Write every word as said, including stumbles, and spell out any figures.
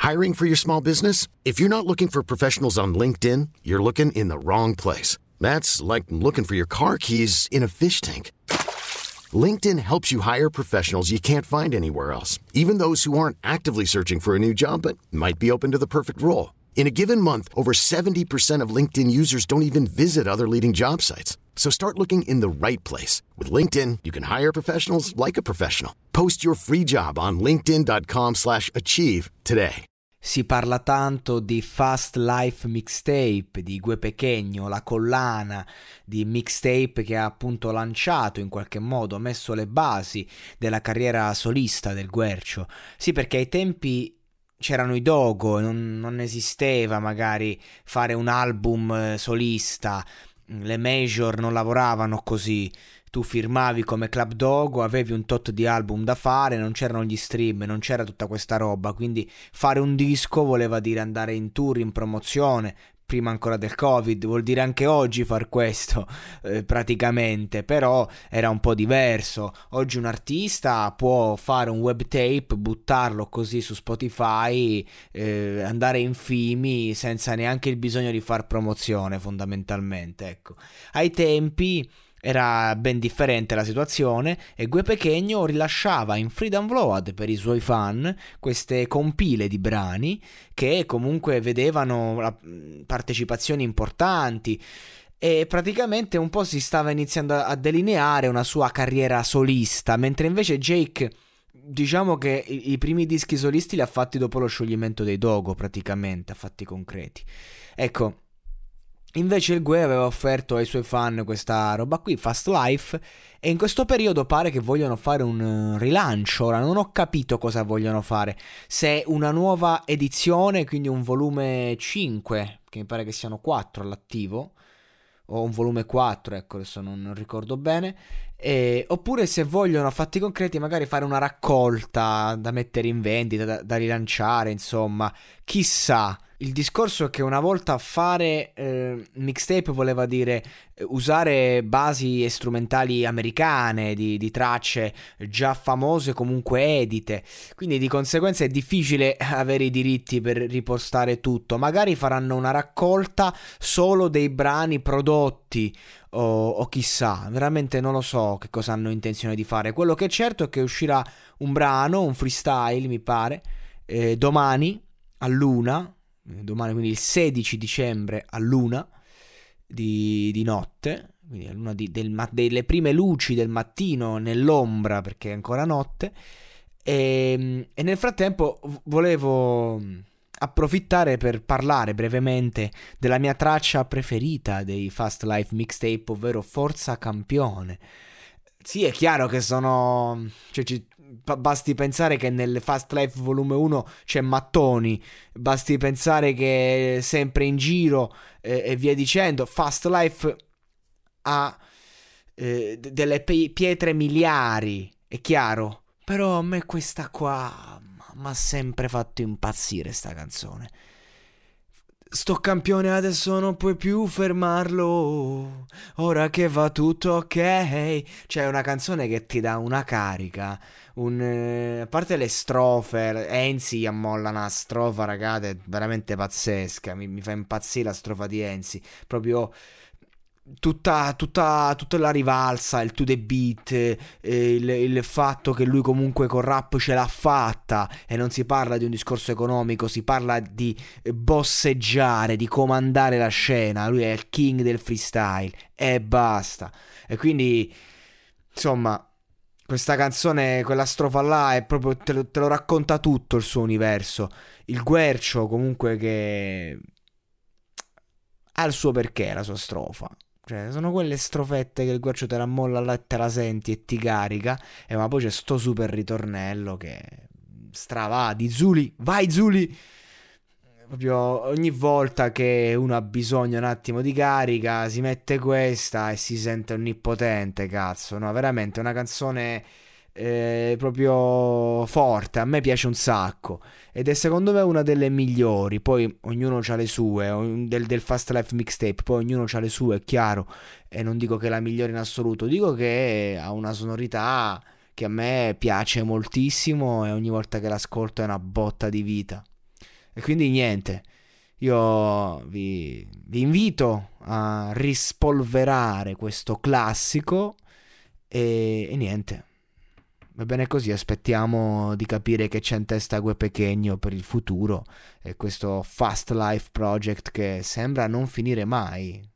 Hiring for your small business? If you're not looking for professionals on LinkedIn, you're looking in the wrong place. That's like looking for your car keys in a fish tank. LinkedIn helps you hire professionals you can't find anywhere else, even those who aren't actively searching for a new job but might be open to the perfect role. In a given month, over seventy percent of LinkedIn users don't even visit other leading job sites. So start looking in the right place. With LinkedIn, you can hire professionals like a professional. Post your free job on linkedin.com slash achieve today. Si parla tanto di Fast Life Mixtape, di Gue Pequeno, la collana di mixtape che ha appunto lanciato, in qualche modo messo le basi della carriera solista del Guercio. Sì, perché ai tempi c'erano i Dogo, non, non esisteva magari fare un album solista, le major non lavoravano così. Tu firmavi come Club Dogo, avevi un tot di album da fare, non c'erano gli stream, non c'era tutta questa roba, quindi fare un disco voleva dire andare in tour, in promozione, prima ancora del Covid, vuol dire anche oggi far questo eh, praticamente, però era un po' diverso. Oggi un artista può fare un web tape, buttarlo così su Spotify, eh, andare in fimi senza neanche il bisogno di far promozione fondamentalmente, ecco. Ai tempi era ben differente la situazione e Gue Pequeno rilasciava in free download per i suoi fan queste compile di brani che comunque vedevano partecipazioni importanti e praticamente un po' si stava iniziando a delineare una sua carriera solista, mentre invece Jake, diciamo che i, i primi dischi solisti li ha fatti dopo lo scioglimento dei Dogo, praticamente a fatti concreti. Ecco, invece il Gue aveva offerto ai suoi fan questa roba qui, Fast Life, e in questo periodo pare che vogliono fare un rilancio. Ora non ho capito cosa vogliono fare, se una nuova edizione, quindi un volume cinque, che mi pare che siano quattro all'attivo, o un volume quattro, ecco, adesso non, non ricordo bene, e, oppure se vogliono a fatti concreti magari fare una raccolta da mettere in vendita, da, da rilanciare, insomma, chissà. Il discorso è che una volta fare eh, mixtape voleva dire usare basi strumentali americane di, di tracce già famose, comunque edite, quindi di conseguenza è difficile avere i diritti per ripostare tutto. Magari faranno una raccolta solo dei brani prodotti o, o chissà, veramente non lo so che cosa hanno intenzione di fare. Quello che è certo è che uscirà un brano, un freestyle mi pare, eh, domani all'una, domani quindi il sedici dicembre all'una di, di notte, quindi all'una di, del, delle prime luci del mattino nell'ombra perché è ancora notte, e, e nel frattempo volevo approfittare per parlare brevemente della mia traccia preferita dei Fast Life Mixtape, ovvero Forza Campione. Sì, è chiaro che sono... Cioè, ci, basti pensare che nel Fast Life volume uno c'è Mattoni, basti pensare che è sempre in giro eh, e via dicendo. Fast Life ha eh, d- delle pe- pietre miliari, è chiaro, però a me questa qua mi ha sempre fatto impazzire sta canzone. Sto campione adesso non puoi più fermarlo, ora che va tutto ok. C'è una canzone che ti dà una carica, un, eh, a parte le strofe, Enzi ammolla una strofa, ragazzi, veramente pazzesca, mi, mi fa impazzire la strofa di Enzi, proprio tutta, tutta, tutta la rivalsa, il to the beat, eh, il, il fatto che lui comunque col rap ce l'ha fatta e non si parla di un discorso economico, si parla di bosseggiare, di comandare la scena. Lui è il king del freestyle e basta. E quindi insomma questa canzone, quella strofa là è proprio, te lo, te lo racconta tutto il suo universo. Il Guercio comunque che ha il suo perché, la sua strofa. Cioè, sono quelle strofette che il Guercio te la molla là e te la senti e ti carica. E ma poi c'è sto super ritornello che stravà di Zuli. Vai Zuli! Proprio ogni volta che uno ha bisogno un attimo di carica si mette questa e si sente onnipotente, cazzo. No, veramente una canzone eh, proprio forte. A me piace un sacco ed è secondo me una delle migliori. Poi ognuno ha le sue, del, del Fast Life Mixtape, poi ognuno ha le sue, è chiaro, e non dico che è la migliore in assoluto, dico che ha una sonorità che a me piace moltissimo e ogni volta che l'ascolto è una botta di vita. E quindi niente, io vi, vi invito a rispolverare questo classico e, e niente, va bene così. Aspettiamo di capire che c'è in testa Gue Pequeno per il futuro e questo Fast Life Project che sembra non finire mai.